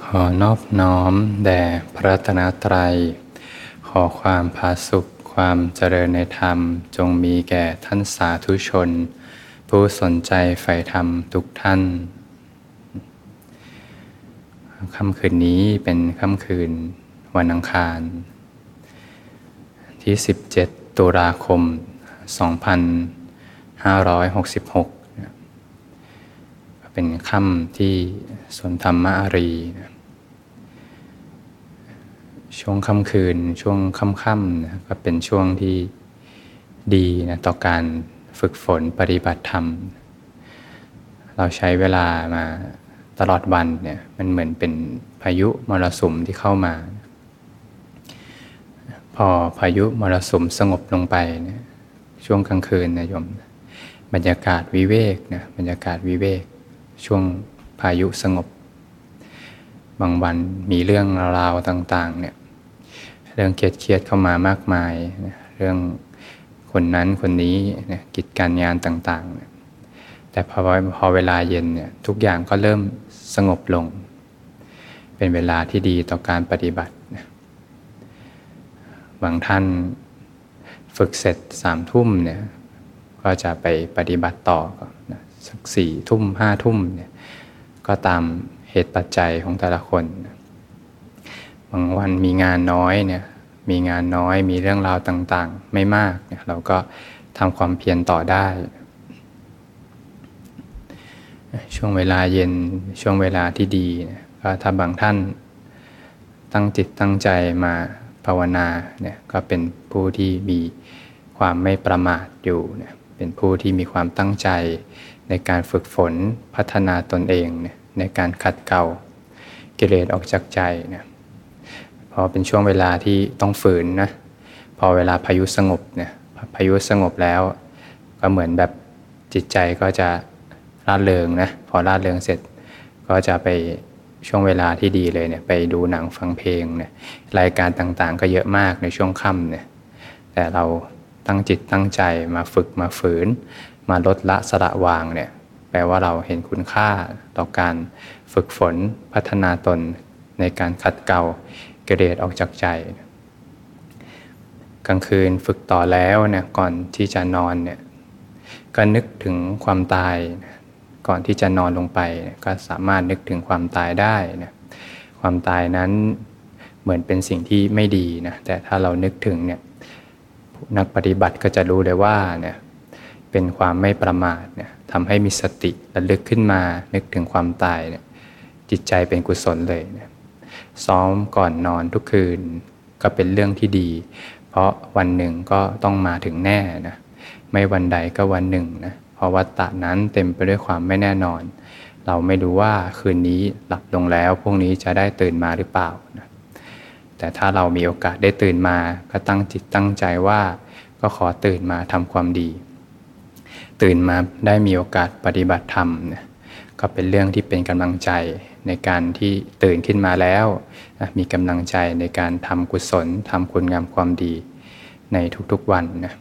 ขอนอบน้อมแด่พระรัตนตรัยขอความผาสุกความเจริญในธรรมจงมีแก่ท่านสาธุชนผู้สนใจใฝ่ธรรมทุกท่านค่ำคืนนี้เป็นค่ำคืนวันอังคารที่17ตุลาคม2566เป็นค่ำที่สวนธรรมอารีช่วงค่ำคืนช่วงค่ำๆนะก็เป็นช่วงที่ดีนะต่อการฝึกฝนปฏิบัติธรรมเราใช้เวลามาตลอดวันเนี่ยมันเหมือนเป็นพายุมรสุมที่เข้ามาพอพายุมรสุมสงบลงไปเนี่ยช่วงกลางคืนนะโยมบรรยากาศวิเวกนะบรรยากาศวิเวกช่วงพายุสงบบางวันมีเรื่องราวต่างๆเนี่ยเรื่องเครียดเข้ามามากมายนะเรื่องคนนั้นคนนี้นะกิจการงานต่างๆเนี่ยแต่พอเวลาเย็นเนี่ยทุกอย่างก็เริ่มสงบลงเป็นเวลาที่ดีต่อการปฏิบัตินะบางท่านฝึกเสร็จ3 ทุ่มเนี่ยก็จะไปปฏิบัติต่อนะสัก4 ทุ่ม5 ทุ่มเนี่ยก็ตามเหตุปัจจัยของแต่ละคนบางวันมีงานน้อยเนี่ยมีงานน้อยมีเรื่องราวต่างๆไม่มากเนี่ยเราก็ทำความเพียรต่อได้ช่วงเวลาเย็นช่วงเวลาที่ดีเนี่ยก็ถ้าบางท่านตั้งจิตตั้งใจมาภาวนาเนี่ยก็เป็นผู้ที่มีความไม่ประมาทอยู่เนี่ยเป็นผู้ที่มีความตั้งใจในการฝึกฝนพัฒนาตนเองเนี่ยในการขัดเกลากิเลสออกจากใจเนี่ยพอเป็นช่วงเวลาที่ต้องฝืนนะพอเวลาพายุสงบเนี่ยพายุสงบแล้วก็เหมือนแบบจิตใจก็จะร่าเริงนะพอร่าเริงเสร็จก็จะไปช่วงเวลาที่ดีเลยเนี่ยไปดูหนังฟังเพลงเนี่ยรายการต่างๆก็เยอะมากในช่วงค่ำเนี่ยแต่เราตั้งจิตตั้งใจมาฝึกมาฝืนมาลดละสละวางเนี่ยแปลว่าเราเห็นคุณค่าต่อการฝึกฝนพัฒนาตนในการขัดเกลากิเลสออกจากใจกลางคืนฝึกต่อแล้วเนี่ยก่อนที่จะนอนเนี่ยก็นึกถึงความตายก่อนที่จะนอนลงไปก็สามารถนึกถึงความตายได้นะความตายนั้นเหมือนเป็นสิ่งที่ไม่ดีนะแต่ถ้าเรานึกถึงเนี่ยนักปฏิบัติก็จะรู้เลยว่าเนี่ยเป็นความไม่ประมาทเนี่ยทำให้มีสติระลึกขึ้นมานึกถึงความตายเนี่ยจิตใจเป็นกุศลเลยนะซ้อมก่อนนอนทุกคืนก็เป็นเรื่องที่ดีเพราะวันหนึ่งก็ต้องมาถึงแน่นะไม่วันใดก็วันหนึ่งนะเพราะวัฏฏะนั้นเต็มไปด้วยความไม่แน่นอนเราไม่รู้ว่าคืนนี้หลับลงแล้วพรุ่งนี้จะได้ตื่นมาหรือเปล่านะแต่ถ้าเรามีโอกาสได้ตื่นมาก็ตั้งจิตตั้งใจว่าก็ขอตื่นมาทำความดีตื่นมาได้มีโอกาสปฏิบัติธรรมนะก็เป็นเรื่องที่เป็นกำลังใจในการที่ตื่นขึ้นมาแล้วนะมีกำลังใจในการทำกุศลทำคุณงามความดีในทุกๆวันนะ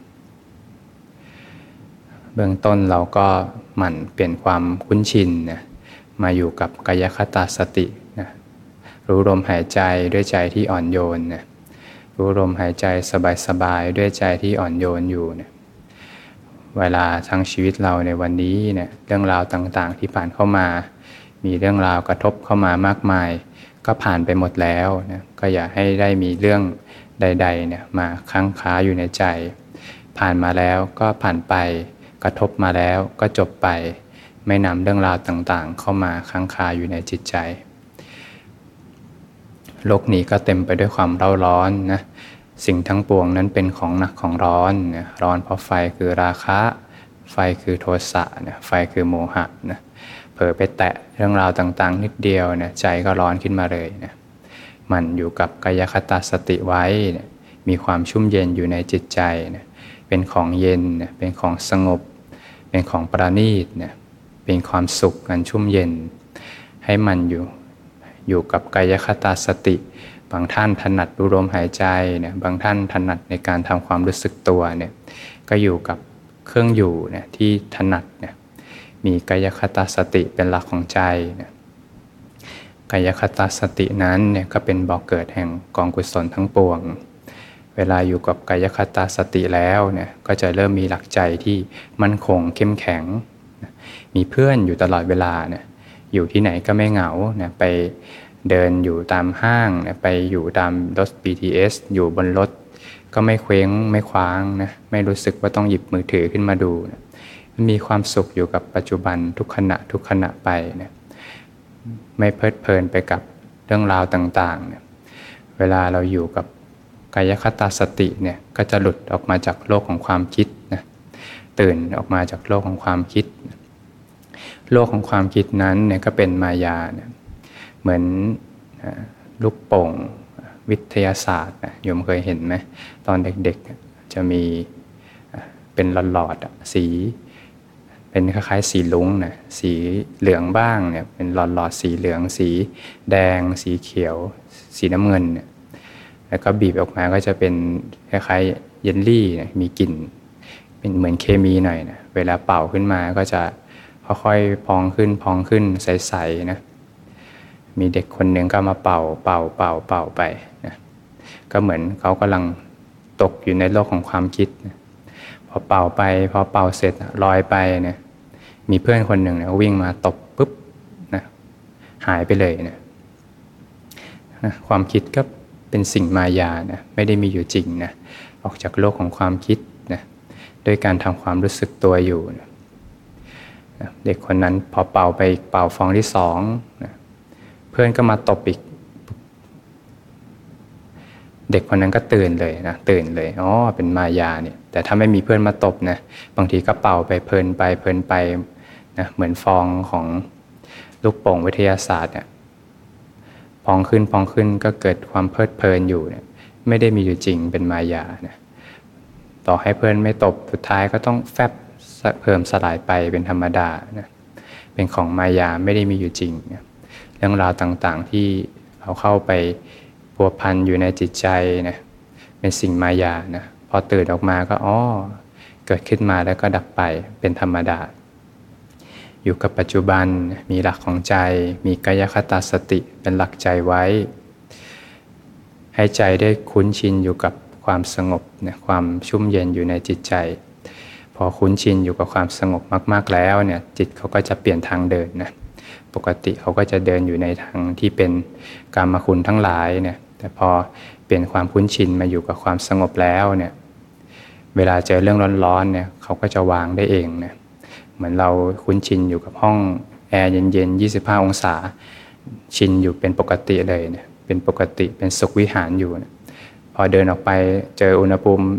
เบื้องต้นเราก็หมั่นเปลี่ยนความคุ้นชินนะมาอยู่กับกายคตาสตินะรู้ลมหายใจด้วยใจที่อ่อนโยนนะรู้ลมหายใจสบายๆด้วยใจที่อ่อนโยนอยู่นะเวลาทั้งชีวิตเราในวันนี้เนี่ยเรื่องราวต่างๆที่ผ่านเข้ามามีเรื่องราวกระทบเข้ามามากมายก็ผ่านไปหมดแล้วนะก็อย่าให้ได้มีเรื่องใดๆเนี่ยมาค้างคาอยู่ในใจผ่านมาแล้วก็ผ่านไปกระทบมาแล้วก็จบไปไม่นำเรื่องราวต่างๆเข้ามาค้างคาอยู่ในจิตใจโลกนี้ก็เต็มไปด้วยความเร่าร้อนนะสิ่งทั้งปวงนั้นเป็นของหนักของร้อนนะร้อนเพราะไฟคือราคะไฟคือโทสะนะไฟคือโมหะนะเผลอไปแตะเรื่องราวต่างๆนิดเดียวนะใจก็ร้อนขึ้นมาเลยนะมันอยู่กับกายคตาสติไว้นะมีความชุ่มเย็นอยู่ในจิตใจนะเป็นของเย็นนะเป็นของสงบเป็นของประณีตนะเป็นความสุขอันชุ่มเย็นให้มันอยู่กับกายคตาสติบางท่านถนัดรู้ลมหายใจเนี่ยบางท่านถนัดในการทำความรู้สึกตัวเนี่ยก็อยู่กับเครื่องอยู่เนี่ยที่ถนัดเนี่ยมีกายคตาสติเป็นหลักของใจเนี่ยกายคตสตินั้นเนี่ยก็เป็นบ่อกเกิดแห่งกองกุศลทั้งปวงเวลาอยู่กับกายคตสติแล้วเนี่ยก็จะเริ่มมีหลักใจที่มั่นคงเข้มแข็งมีเพื่อนอยู่ตลอดเวลาเนี่ยอยู่ที่ไหนก็ไม่เหงาเนี่ยไปเดินอยู่ตามห้างเนี่ยไปอยู่ตามรถ BTS อยู่บนรถก็ไม่เคว้งไม่คว้างนะไม่รู้สึกว่าต้องหยิบมือถือขึ้นมาดูนะมีความสุขอยู่กับปัจจุบันทุกขณะไปนะไม่เพลิดเพลินไปกับเรื่องราวต่างๆเนี่ยเวลาเราอยู่กับกายคตสติเนี่ยก็จะหลุดออกมาจากโลกของความคิดนะตื่นออกมาจากโลกของความคิดโลกของความคิดนั้นเนี่ยก็เป็นมายาเนี่ยเหมือนลูกโป่งวิทยาศาสตร์นะโยมเคยเห็นไหมตอนเด็กๆจะมีเป็นหลอดๆสีเป็นคล้ายๆสีลุ้งนะสีเหลืองบ้างเนี่ยเป็นหลอดสีเหลืองสีแดงสีเขียวสีน้ำเงินเนี่ยแล้วก็บีบออกมาก็จะเป็นคล้ายๆเยลลี่นะมีกลิ่นเป็นเหมือนเคมีหน่อยนะเวลาเป่าขึ้นมาก็จะค่อยๆพองขึ้นใสๆนะมีเด็กคนหนึ่งก็มาเป่าไปนะก็เหมือนเขากำลังตกอยู่ในโลกของความคิดนะพอเป่าเสร็จลอยไปเนี่ยมีเพื่อนคนหนึ่งนะวิ่งมาตบปุ๊บนะหายไปเลยนะความคิดก็เป็นสิ่งมายานะไม่ได้มีอยู่จริงนะออกจากโลกของความคิดนะด้วยการทำความรู้สึกตัวอยู่นะเด็กคนนั้นพอเป่าไปเป่าฟองที่สองนะเพื่อนก็มาตบอีกเด็กคนนั้นก็ตื่นเลยอ๋อเป็นมายาเนี่ยแต่ถ้าไม่มีเพื่อนมาตบนะบางทีก็เป่าไปเพลินไปนะเหมือนฟองของลูกโป่งวิทยาศาสตร์เนี่ยพองขึ้นก็เกิดความเพลิดเพลินอยู่เนี่ยไม่ได้มีอยู่จริงเป็นมายานะต่อให้เพื่อนไม่ตบสุดท้ายก็ต้องแฟบเพิ่มสลายไปเป็นธรรมดานะเป็นของมายาไม่ได้มีอยู่จริงนะเรื่องราวต่างๆที่เราเข้าไปพัวพันอยู่ในจิตใจนะเป็นสิ่งมายานะพอตื่นออกมาก็เกิดขึ้นมาแล้วก็ดับไปเป็นธรรมดาอยู่กับปัจจุบันมีหลักของใจมีกายคตสติเป็นหลักใจไว้ให้ใจได้คุ้นชินอยู่กับความสงบนะความชุ่มเย็นอยู่ในจิตใจพอคุ้นชินอยู่กับความสงบมากๆแล้วเนี่ยจิตเขาก็จะเปลี่ยนทางเดินนะปกติเขาก็จะเดินอยู่ในทางที่เป็นกามคุณทั้งหลายเนี่ยแต่พอเปลี่ยนความคุ้นชินมาอยู่กับความสงบแล้วเนี่ยเวลาเจอเรื่องร้อนๆเนี่ยเขาก็จะวางได้เองนะเหมือนเราคุ้นชินอยู่กับห้องแอร์เย็นๆ25องศาชินอยู่เป็นปกติเลยเนี่ยเป็นปกติเป็นสุขวิหารอยู่นะพอเดินออกไปเจออุณหภูมิ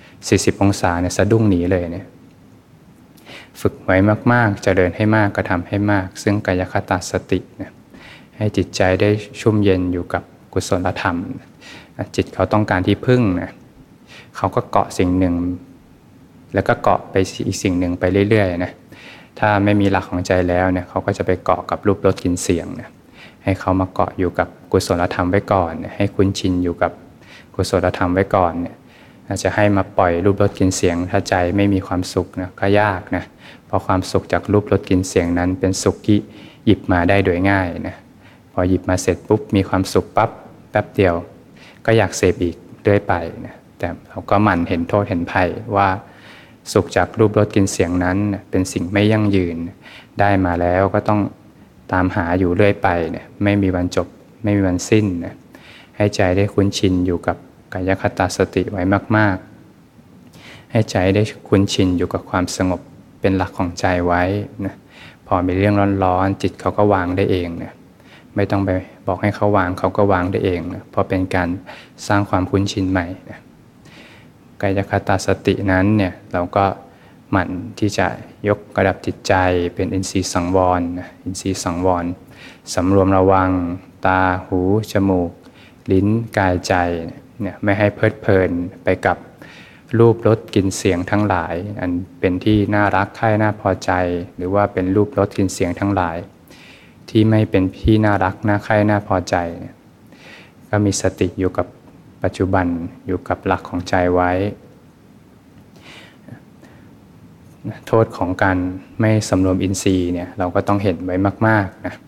40องศาเนี่ยสะดุ้งหนีเลยเนี่ยฝึกไว้มากๆเจริญให้มากก็ทำให้มากซึ่งกายคตสตินะให้จิตใจได้ชุ่มเย็นอยู่กับกุศลธรรมจิตเขาต้องการที่พึ่งนะเขาก็เกาะสิ่งหนึ่งแล้วก็เกาะไปอีกสิ่งหนึ่งไปเรื่อยๆนะถ้าไม่มีหลักของใจแล้วเนี่ยเขาก็จะไปเกาะกับรูปรสกลิ่นเสียงนะให้เขามาเกาะอยู่กับกุศลธรรมไว้ก่อนให้คุ้นชินอยู่กับกุศลธรรมไว้ก่อนเนี่ยอาจจะให้มาปล่อยรูปรสกลิ่นเสียงถ้าใจไม่มีความสุขนะก็ยากนะเพราะความสุขจากรูปรสกลิ่นเสียงนั้นเป็นสุขที่หยิบมาได้โดยง่ายนะพอหยิบมาเสร็จปุ๊บมีความสุขปั๊บแป๊บเดียวก็อยากเสพอีกเรื่อยไปนะแต่เราก็หมั่นเห็นโทษเห็นภัยว่าสุขจากรูปรสกลิ่นเสียงนั้นเป็นสิ่งไม่ยั่งยืนได้มาแล้วก็ต้องตามหาอยู่เรื่อยไปเนี่ยไม่มีวันจบไม่มีวันสิ้นนะให้ใจได้คุ้นชินอยู่กับกายคตสติไว้มากๆให้ใจได้คุ้นชินอยู่กับความสงบเป็นหลักของใจไว้นะพอมีเรื่องร้อนๆจิตเขาก็วางได้เองนะไม่ต้องไปบอกให้เขาวางเขาก็วางได้เองนะเพราะเป็นการสร้างความคุ้นชินใหม่นะกายคตสตินั้นเนี่ยเราก็หมั่นที่จะยกระดับจิตใจเป็นอินทรีย์สังวรนะอินทรีย์สังวรสำรวมระวังตาหูจมูกลิ้นกายใจเนี่ยไม่ให้เพลิดเพลินไปกับรูปรสกลิ่นเสียงทั้งหลายอันเป็นที่น่ารักใคร่น่าพอใจหรือว่าเป็นรูปรสกลิ่นเสียงทั้งหลายที่ไม่เป็นที่น่ารักน่าใคร่น่าพอใจก็มีสติอยู่กับปัจจุบันอยู่กับหลักของใจไว้โทษของการไม่สำรวมอินทรีย์เนี่ยเราก็ต้องเห็นไว้มากๆนะ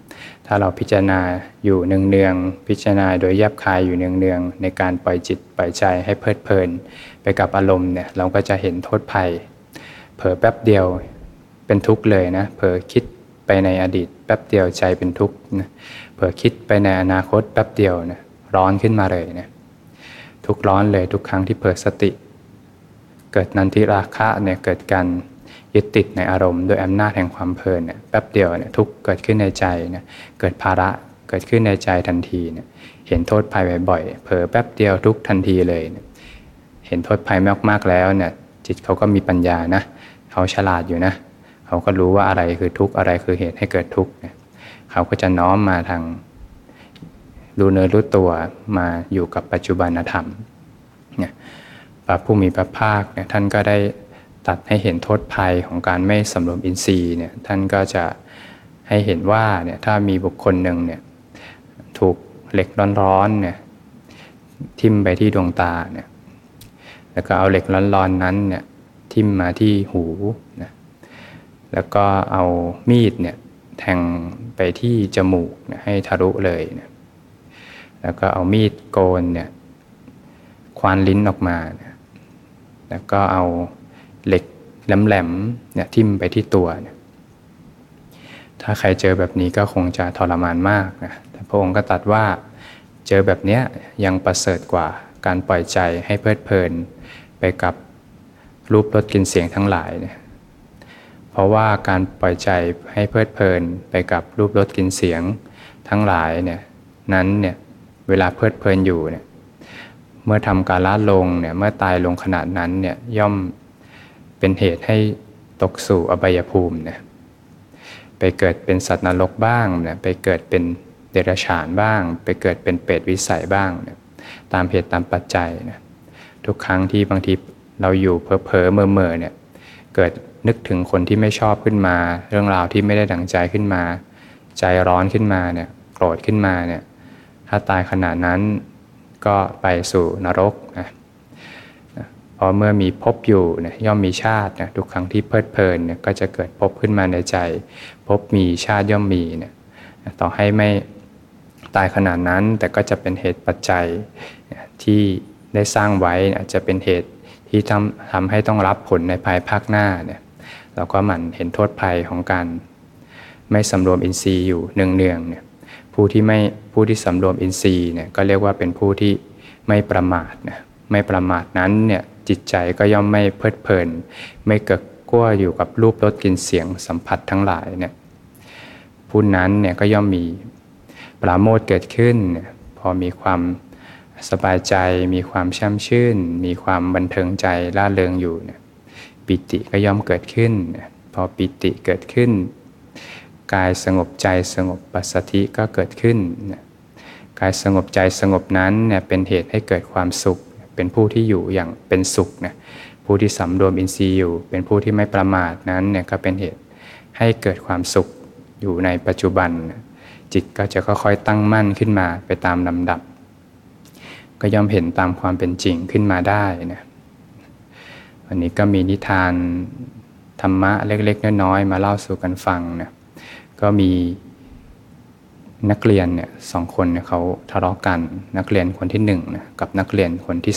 ถ้าเราพิจารณาอยู่เนืองๆพิจารณาโดยแยบคายอยู่เนืองๆในการปล่อยจิตปล่อยใจให้เพลิดเพลินไปกับอารมณ์เนี่ยเราก็จะเห็นโทษภัยเผลอแป๊บเดียวเป็นทุกข์เลยนะเผลอคิดไปในอดีตแป๊บเดียวใจเป็นทุกข์นะเผลอคิดไปในอนาคตแป๊บเดียวนะร้อนขึ้นมาเลยนะทุกร้อนเลยทุกครั้งที่เผลอสติเกิดนันทิราคะเนี่ยเกิดการยึดติดในอารมณ์โดยอำนาจแห่งความเพลินเนี่ยแป๊บเดียวเนี่ยทุกเกิดขึ้นในใจนะเกิดภาระเกิดขึ้นในใจทันทีเนี่ยเห็นโทษภัยบ่อยๆเผลอแป๊บเดียวทุกทันทีเลยเนี่ยเห็นโทษภัยมากๆแล้วเนี่ยจิตเขาก็มีปัญญานะเขาฉลาดอยู่นะเขาก็รู้ว่าอะไรคือทุกข์อะไรคือเหตุให้เกิดทุกข์เนี่ยเขาก็จะน้อมมาทางรู้เนื้อรู้ตัวมาอยู่กับปัจจุบันธรรมเนี่ยพระผู้มีพระภาคเนี่ยท่านก็ได้ตัดให้เห็นโทษภัยของการไม่สำรวมอินทรีย์เนี่ยท่านก็จะให้เห็นว่าเนี่ยถ้ามีบุคคลหนึ่งเนี่ยถูกเหล็กร้อนๆเนี่ยทิ่มไปที่ดวงตาเนี่ยแล้วก็เอาเหล็กร้อนๆนั้นเนี่ยทิ่มมาที่หูนะแล้วก็เอามีดเนี่ยแทงไปที่จมูกเนี่ยให้ทะลุเลยนะแล้วก็เอามีดโกนเนี่ยควานลิ้นออกมานะแล้วก็เอาเหล็กแหลมๆเนี่ยทิ่มไปที่ตัวเนี่ยถ้าใครเจอแบบนี้ก็คงจะทรมานมากนะแต่พระองค์ก็ตรัสว่าเจอแบบนี้ยังประเสริฐกว่าการปล่อยใจให้เพลิดเพลินไปกับรูปรสกลิ่นเสียงทั้งหลายเนี่ยเพราะว่าการปล่อยใจให้เพลิดเพลินไปกับรูปรสกลิ่นเสียงทั้งหลายเนี่ยนั้นเนี่ยเวลาเพลิดเพลินอยู่เนี่ยเมื่อทำการละลงเนี่ยเมื่อตายลงขนาดนั้นเนี่ยย่อมเป็นเหตุให้ตกสู่อบายภูมิเนี่ยไปเกิดเป็นสัตว์นรกบ้างเนี่ยไปเกิดเป็นเดรัจฉานบ้างไปเกิดเป็นเปรตวิสัยบ้างเนี่ยตามเหตุตามปัจจัยนะทุกครั้งที่บางทีเราอยู่เพ้อๆเม่อๆเนี่ยเกิดนึกถึงคนที่ไม่ชอบขึ้นมาเรื่องราวที่ไม่ได้ดั่งใจขึ้นมาใจร้อนขึ้นมาเนี่ยโกรธขึ้นมาเนี่ยถ้าตายขนาดนั้นก็ไปสู่นรกนะพอเมื่อมีภพอยู่เนี่ยย่อมมีชาตินะทุกครั้งที่เพลิดเพลินเนี่ยก็จะเกิดภพขึ้นมาในใจภพมีชาติย่อมมีเนี่ยต่อให้ไม่ตายขนาดนั้นแต่ก็จะเป็นเหตุปัจจัยที่ได้สร้างไว้อาจจะเป็นเหตุที่ทำให้ต้องรับผลในภายภาคหน้าเนี่ยเราก็หมั่นเห็นโทษภัยของการไม่สำรวมอินทรีย์อยู่เนืองๆเนี่ยผู้ที่สำรวมอินทรีย์เนี่ยก็เรียกว่าเป็นผู้ที่ไม่ประมาทนะไม่ประมาทนั้นเนี่ยจิตใจก็ย่อมไม่เพลิดเพลินไม่เกิดกลัวอยู่กับรูปรสกลิ่นเสียงสัมผัสทั้งหลายเนี่ยผู้นั้นเนี่ยก็ย่อมมีปราโมทย์เกิดขึ้นพอมีความสบายใจมีความแช่มชื่นมีความบันเทิงใจร่าเริงอยู่เนี่ยปิติก็ย่อมเกิดขึ้นพอปิติเกิดขึ้นกายสงบใจสงบปัสสัทธิก็เกิดขึ้นกายสงบใจสงบนั้นเนี่ยเป็นเหตุให้เกิดความสุขเป็นผู้ที่อยู่อย่างเป็นสุขนะผู้ที่สำรวมอินทรีย์อยู่เป็นผู้ที่ไม่ประมาทนั้นเนี่ยก็เป็นเหตุให้เกิดความสุขอยู่ในปัจจุบันจิตก็จะค่อยๆตั้งมั่นขึ้นมาไปตามลำดับก็ย่อมเห็นตามความเป็นจริงขึ้นมาได้นะวันนี้ก็มีนิทานธรรมะเล็กๆน้อยๆมาเล่าสู่กันฟังนะก็มีนักเรียนเนี่ย2 คนเนี่ยเขาทะเลาะกันนักเรียนคนที่1นะกับนักเรียนคนที่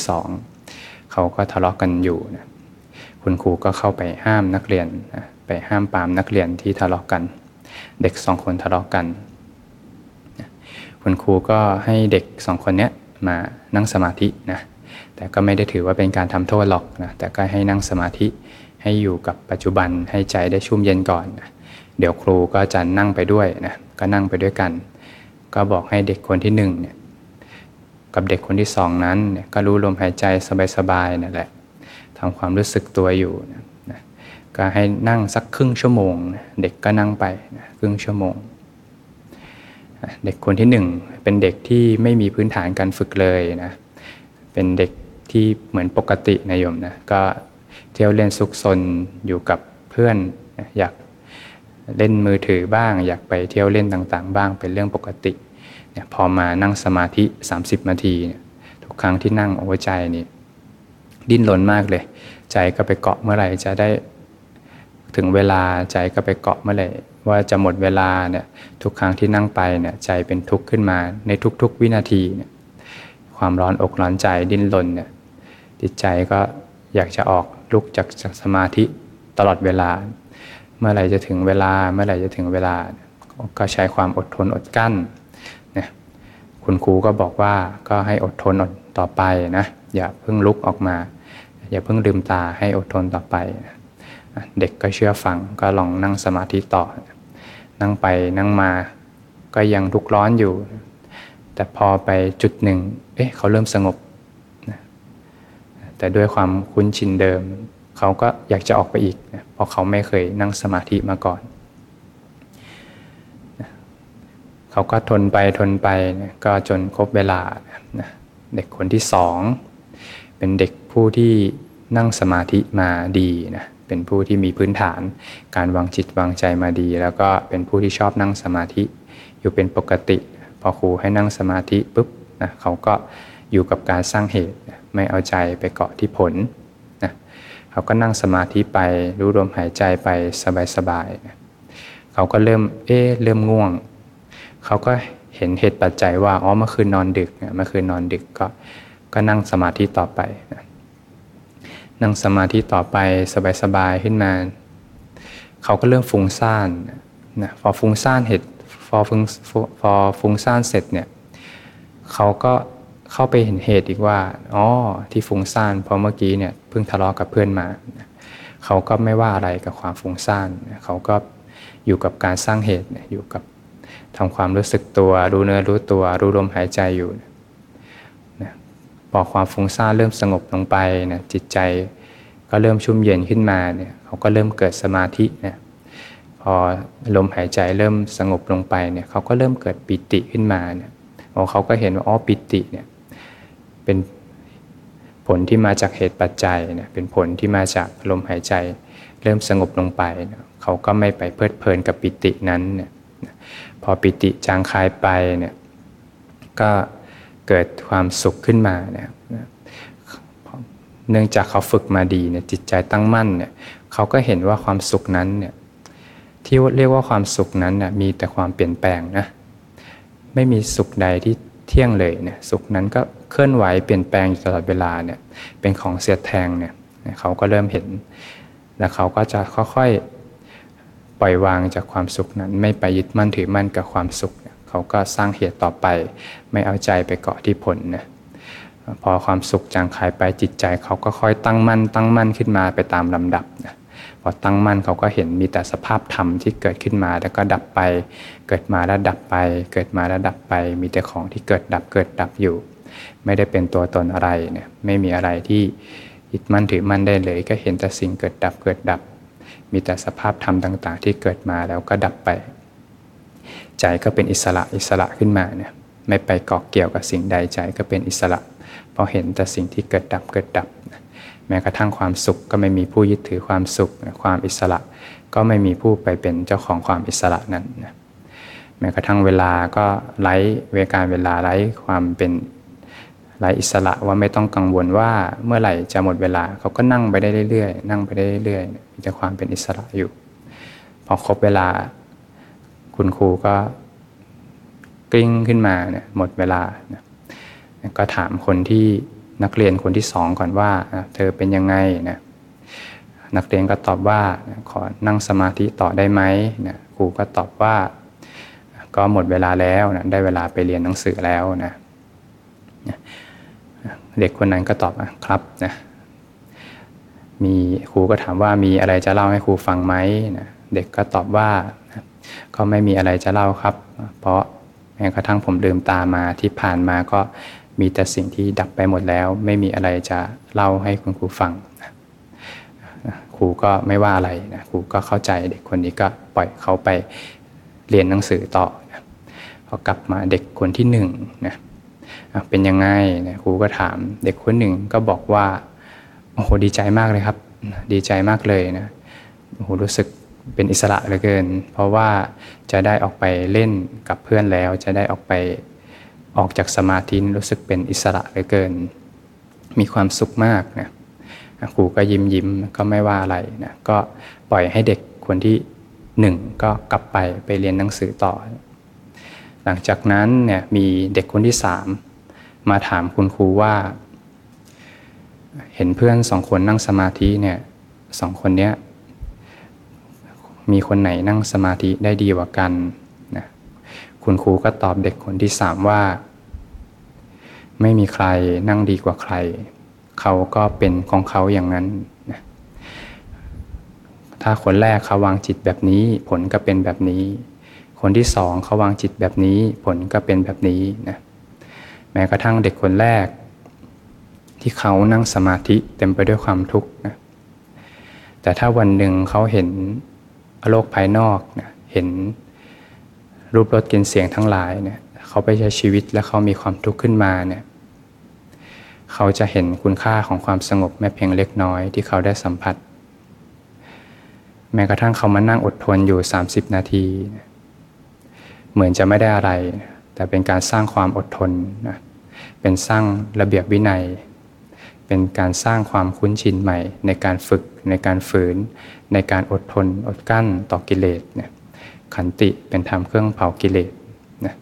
2เขาก็ทะเลาะกันอยู่นะคุณครูก็เข้าไปห้ามนักเรียนนะไปห้ามปรามนักเรียนที่ทะเลาะกันเด็ก2 คนทะเลาะกันนะคุณครูก็ให้เด็ก2 คนเนี้ยมานั่งสมาธินะแต่ก็ไม่ได้ถือว่าเป็นการทำโทษหรอกนะแต่ก็ให้นั่งสมาธิให้อยู่กับปัจจุบันให้ใจได้ชุ่มเย็นก่อนนะเดี๋ยวครูก็จะนั่งไปด้วยนะก็นั่งไปด้วยกันก็บอกให้เด็กคนที่1เนี่ยกับเด็กคนที่2นั้นเนี่ยก็รู้ลมหายใจสบายๆนั่นแหละทำความรู้สึกตัวอยู่นะก็ให้นั่งสักครึ่งชั่วโมงนะเด็กก็นั่งไปนะครึ่งชั่วโมงเด็กคนที่1เป็นเด็กที่ไม่มีพื้นฐานการฝึกเลยนะเป็นเด็กที่เหมือนปกตินะโยมนะก็เที่ยวเล่นซุกซนอยู่กับเพื่อนอยากเล่นมือถือบ้างอยากไปเที่ยวเล่นต่างๆบ้างเป็นเรื่องปกติเนี่ยพอมานั่งสมาธิ30 นาทีเนี่ยทุกครั้งที่นั่งโอ้ใจนี่ดิ้นรนมากเลยใจก็ไปเกาะเมื่อไหร่จะได้ถึงเวลาใจก็ไปเกาะเมื่อไหร่ว่าจะหมดเวลาเนี่ยทุกครั้งที่นั่งไปเนี่ยใจเป็นทุกข์ขึ้นมาในทุกๆวินาทีเนี่ยความร้อนอกร้อนใจดิ้นรนเนี่ยจิตใจก็อยากจะออกลุกจากสมาธิตลอดเวลาเมื่อไหร่จะถึงเวลาก็ใช้ความอดทนอดกั้นเนี่ยคุณครูก็บอกว่าก็ให้อดทนอดต่อไปนะอย่าเพิ่งลุกออกมาอย่าเพิ่งลืมตาให้อดทนต่อไปเด็กก็เชื่อฟังก็ลองนั่งสมาธิต่อนั่งไปนั่งมาก็ยังทุกข์ร้อนอยู่แต่พอไปจุดหนึ่งเขาเริ่มสงบแต่ด้วยความคุ้นชินเดิมเขาก็อยากจะออกไปอีกเพราะเขาไม่เคยนั่งสมาธิมาก่อนเขาก็ทนไปก็จนครบเวลาเด็กคนที่สองเป็นเด็กผู้ที่นั่งสมาธิมาดีนะเป็นผู้ที่มีพื้นฐานการวางจิตวางใจมาดีแล้วก็เป็นผู้ที่ชอบนั่งสมาธิอยู่เป็นปกติพอครูให้นั่งสมาธิปุ๊บนะเขาก็อยู่กับการสร้างเหตุไม่เอาใจไปเกาะที่ผลนะเขาก็นั่งสมาธิไปรู้ลมหายใจไปสบายๆนะเขาก็เริ่มง่วงเขาก็เห็นเหตุปัจจัยว่าเมื่อคืนนอนดึกก็นั่งสมาธิต่อไปนะนั่งสมาธิต่อไปสบายๆขึ้นมาเขาก็เริ่มฟุ้งซ่านนะพอฟุ้งซ่านเสร็จเนี่ยเขาก็เข้าไปเห็นเหตุอีกว่าที่ฟุ้งซ่านเพราะเมื่อกี้เนี่ยเพิ่งทะเลาะกับเพื่อนมาเขาก็ไม่ว่าอะไรกับความฟุ้งซ่านเขาก็อยู่กับการสร้างเหตุอยู่กับทำความรู้สึกตัวรู้เนื้อรู้ตัวรู้ลมหายใจอยู่นะพอความฟุ้งซ่านเริ่มสงบลงไปนะจิตใจก็เริ่มชุ่มเย็นขึ้นมาเนี่ยเขาก็เริ่มเกิดสมาธินะพอลมหายใจเริ่มสงบลงไปเนี่ยเขาก็เริ่มเกิดปิติขึ้นมาเนี่ยเขาก็เห็นว่าปิติเนี่ยเป็นผลที่มาจากเหตุปัจจัยเนี่ยเป็นผลที่มาจากลมหายใจเริ่มสงบลงไปนะเขาก็ไม่ไปเพลิดเพลินกับปิตินั้นเนี่ยพอปิติจางคายไปเนี่ยก็เกิดความสุขขึ้นมาเนี่ยเนื่องจากเขาฝึกมาดีเนี่ยจิตใจตั้งมั่นเนี่ยเขาก็เห็นว่าความสุขนั้นเนี่ยที่เรียกว่าความสุขนั้นน่ะมีแต่ความเปลี่ยนแปลงนะไม่มีสุขใดที่เที่ยงเลยเนี่ยสุขนั้นก็เคลื่อนไหวเปลี่ยนแปลงอยู่ตลอดเวลาเนี่ยเป็นของเสียดแทงเนี่ยเขาก็เริ่มเห็นแล้วเขาก็จะค่อยๆปล่อยวางจากความสุขนั้นไม่ไปยึดมั่นถือมั่นกับความสุขเขาก็สร้างเหตุต่อไปไม่เอาใจไปเกาะที่ผลนะพอความสุขจางคายไปจิตใจเขาก็ค่อยตั้งมั่นขึ้นมาไปตามลำดับนะพอตั้งมั่นเขาก็เห็นมีแต่สภาพธรรมที่เกิดขึ้นมาแล้วก็ดับไปเกิดมาแล้วดับไปเกิดมาแล้วดับไปมีแต่ของที่เกิดดับอยู่ไม่ได้เป็นตัวตนอะไรเนี่ยไม่มีอะไรที่ยึดมั่นถือมั่นได้เลยก็เห็นแต่สิ่งเกิดดับมีแต่สภาพธรรมต่างๆที่เกิดมาแล้วก็ดับไปใจก็เป็นอิสระขึ้นมาเนี่ยไม่ไปเกาะเกี่ยวกับสิ่งใดใจก็เป็นอิสระพอเห็นแต่สิ่งที่เกิดดับแม้กระทั่งความสุขก็ไม่มีผู้ยึดถือความสุขความอิสระก็ไม่มีผู้ไปเป็นเจ้าของความอิสระนั้นนะแม้กระทั่งเวลาก็ไร้เวลาไร้ความเป็นไร้อิสระว่าไม่ต้องกังวลว่าเมื่อไหร่จะหมดเวลาเขาก็นั่งไปได้เรื่อยมีแต่ความเป็นอิสระอยู่พอครบเวลาคุณครูก็กลิ้งขึ้นมาเนี่ยหมดเวลานะก็ถามคนที่นักเรียนคนที่สองก่อนว่าเธอเป็นยังไงนะนักเรียนก็ตอบว่าขอนั่งสมาธิต่อได้ไหมนะครูก็ตอบว่าก็หมดเวลาแล้วนะได้เวลาไปเรียนหนังสือแล้วนะเด็กคนนั้นก็ตอบครับนะมีครูก็ถามว่ามีอะไรจะเล่าให้ครูฟังไหมนะเด็กก็ตอบว่าก็ไม่มีอะไรจะเล่าครับเพราะแม้กระทั่งผมลืมตามาที่ผ่านมาก็มีแต่สิ่งที่ดับไปหมดแล้วไม่มีอะไรจะเล่าให้คุณครูฟังครูก็ไม่ว่าอะไรนะครูก็เข้าใจเด็กคนนี้ก็ปล่อยเขาไปเรียนหนังสือต่อนะพอกลับมาเด็กคนที่หนึ่งนะเป็นยังไงนะครูก็ถามเด็กคนหนึ่งก็บอกว่าโอ้โหดีใจมากเลยครับดีใจมากเลยนะโอ้โหรู้สึกเป็นอิสระเหลือเกินเพราะว่าจะได้ออกไปเล่นกับเพื่อนแล้วจะได้ออกจากสมาธิรู้สึกเป็นอิสระเหลือเกินมีความสุขมากนะครูก็ยิ้มก็ไม่ว่าอะไรนะก็ปล่อยให้เด็กคนที่ 1ก็กลับไปเรียนหนังสือต่อหลังจากนั้นเนี่ยมีเด็กคนที่3มาถามคุณครูว่าเห็นเพื่อน2คนนั่งสมาธิเนี่ย2คนเนี้ยมีคนไหนนั่งสมาธิได้ดีกว่ากันนะคุณครูก็ตอบเด็กคนที่3ว่าไม่มีใครนั่งดีกว่าใครเขาก็เป็นของเขาอย่างนั้นนะถ้าคนแรกเขาวางจิตแบบนี้ผลก็เป็นแบบนี้คนที่2เขาวางจิตแบบนี้ผลก็เป็นแบบนี้นะแม้กระทั่งเด็กคนแรกที่เขานั่งสมาธิเต็มไปด้วยความทุกข์นะแต่ถ้าวันหนึ่งเขาเห็นโลกภายนอกนะเห็นรูปรสกลิ่นเสียงทั้งหลายเนี่ยเขาไปใช้ชีวิตและเขามีความทุกข์ขึ้นมาเนี่ยเขาจะเห็นคุณค่าของความสงบแม้เพียงเล็กน้อยที่เขาได้สัมผัสแม้กระทั่งเขามานั่งอดทนอยู่30นาทีเหมือนจะไม่ได้อะไรแต่เป็นการสร้างความอดทนนะเป็นสร้างระเบียบวินัยเป็นการสร้างความคุ้นชินใหม่ในการฝึกในการฝืนในการอดทนอดกั้นต่อกิเลสเนี่ยขันติเป็นธรรมเครื่องเผากิเลสนะ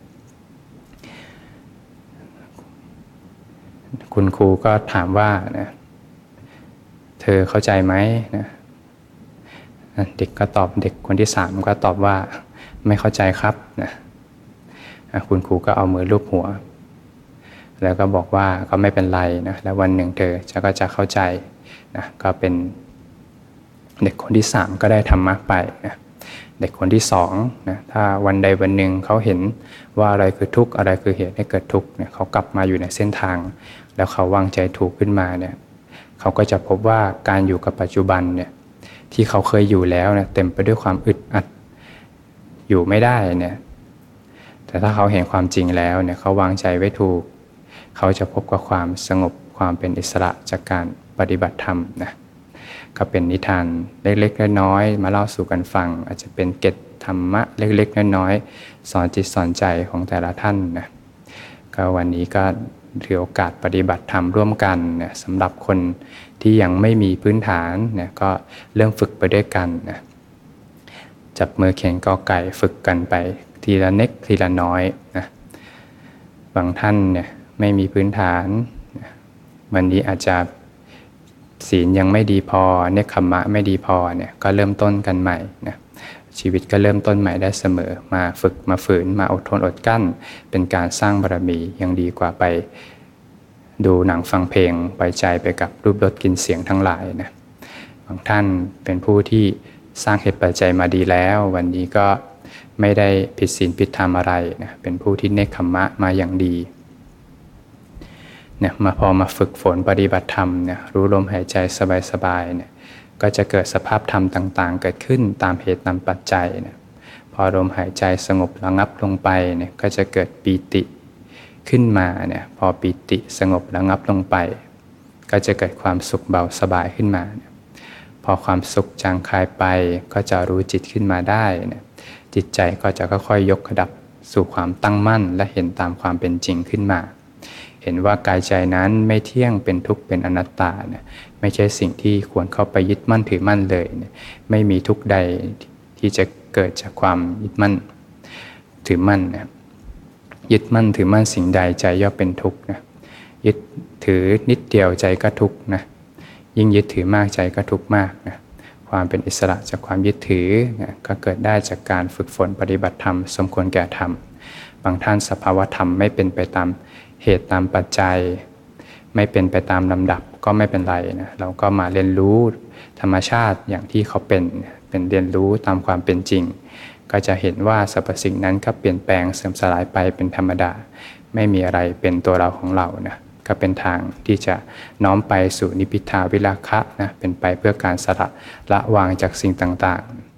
คุณครูก็ถามว่านะเธอเข้าใจไหมนะเด็กก็ตอบเด็กคนที่3ก็ตอบว่าไม่เข้าใจครับนะคุณครูก็เอามือลูบหัวแล้วก็บอกว่าก็ไม่เป็นไรนะแล้ววันหนึ่งเธอก็จะเข้าใจนะก็เป็นเด็กคนที่3ก็ได้ธรรมะไปนะเด็กคนที่2นะถ้าวันใดวันหนึ่งเขาเห็นว่าอะไรคือทุกข์อะไรคือเหตุให้เกิดทุกข์เนี่ยเขากลับมาอยู่ในเส้นทางแล้วเขาวางใจถูกขึ้นมาเนี่ยเขาก็จะพบว่าการอยู่กับปัจจุบันเนี่ยที่เขาเคยอยู่แล้วเนี่ยเต็มไปด้วยความอึดอัดอยู่ไม่ได้เนี่ยแต่ถ้าเขาเห็นความจริงแล้วเนี่ยเขาวางใจไว้ถูกเขาจะพบกับความสงบความเป็นอิสระจากการปฏิบัติธรรมนะก็เป็นนิทานเล็กๆน้อยๆมาเล่าสู่กันฟังอาจจะเป็นเกร็ดธรรมะเล็กๆน้อยๆสอนจิตสอนใจของแต่ละท่านนะก็วันนี้ก็ถือโอกาสปฏิบัติธรรมร่วมกันนะสำหรับคนที่ยังไม่มีพื้นฐานเนี่ยก็เริ่มฝึกไปด้วยกันนะจับมือเขียนกอไก่ฝึกกันไปทีละเล็กทีละน้อยนะบางท่านเนี่ยไม่มีพื้นฐานวันนี้อาจจะศีลยังไม่ดีพอเนคขมมะไม่ดีพอเนี่ยก็เริ่มต้นกันใหม่นะชีวิตก็เริ่มต้นใหม่ได้เสมอมาฝึกมาฝืนมาอดทนอดกั้นเป็นการสร้างบารมียังดีกว่าไปดูหนังฟังเพลงปล่อยใจไปกับรูปรสกลิ่นเสียงทั้งหลายนะบางท่านเป็นผู้ที่สร้างเหตุปัจจัยมาดีแล้ววันนี้ก็ไม่ได้ผิดศีลผิดธรรมอะไรนะเป็นผู้ที่เนคขมมะมาอย่างดีเนี่ยพอมาฝึกฝนปฏิบัติธรรมเนี่ยรู้ลมหายใจสบายๆเนี่ยก็จะเกิดสภาพธรรมต่างๆเกิดขึ้นตามเหตุตามปัจจัยเนี่ยพอลมหายใจสงบระงับลงไปเนี่ยก็จะเกิดปีติขึ้นมาเนี่ยพอปีติสงบระงับลงไปก็จะเกิดความสุขเบาสบายขึ้นมาเนี่ยพอความสุขจางคลายไปก็จะรู้จิตขึ้นมาได้เนี่ยจิตใจก็จะค่อยๆยกระดับสู่ความตั้งมั่นและเห็นตามความเป็นจริงขึ้นมาเห็นว่ากายใจนั้นไม่เที่ยงเป็นทุกข์เป็นอนัตตาเนี่ยไม่ใช่สิ่งที่ควรเข้าไปยึดมั่นถือมั่นเลยเนี่ยไม่มีทุกข์ใดที่จะเกิดจากความยึดมั่นถือมั่นนะยึดมั่นถือมั่นสิ่งใดใจย่อมเป็นทุกข์นะยึดถือนิดเดียวใจก็ทุกข์นะยิ่งยึดถือมากใจก็ทุกข์มากนะความเป็นอิสระจากความยึดถือนะก็เกิดได้จากการฝึกฝนปฏิบัติธรรมสมควรแก่ธรรมบางท่านสภาวธรรมไม่เป็นไปตามเหตุตามปัจจัยไม่เป็นไปตามลำดับก็ไม่เป็นไรนะเราก็มาเรียนรู้ธรรมชาติอย่างที่เขาเป็นเรียนรู้ตามความเป็นจริงก็จะเห็นว่าสรรพสิ่งนั้นก็เปลี่ยนแปลงเสื่อมสลายไปเป็นธรรมดาไม่มีอะไรเป็นตัวเราของเรานะก็เป็นทางที่จะน้อมไปสู่นิพพิทาวิราคะนะเป็นไปเพื่อการสละวางจากสิ่งต่างๆ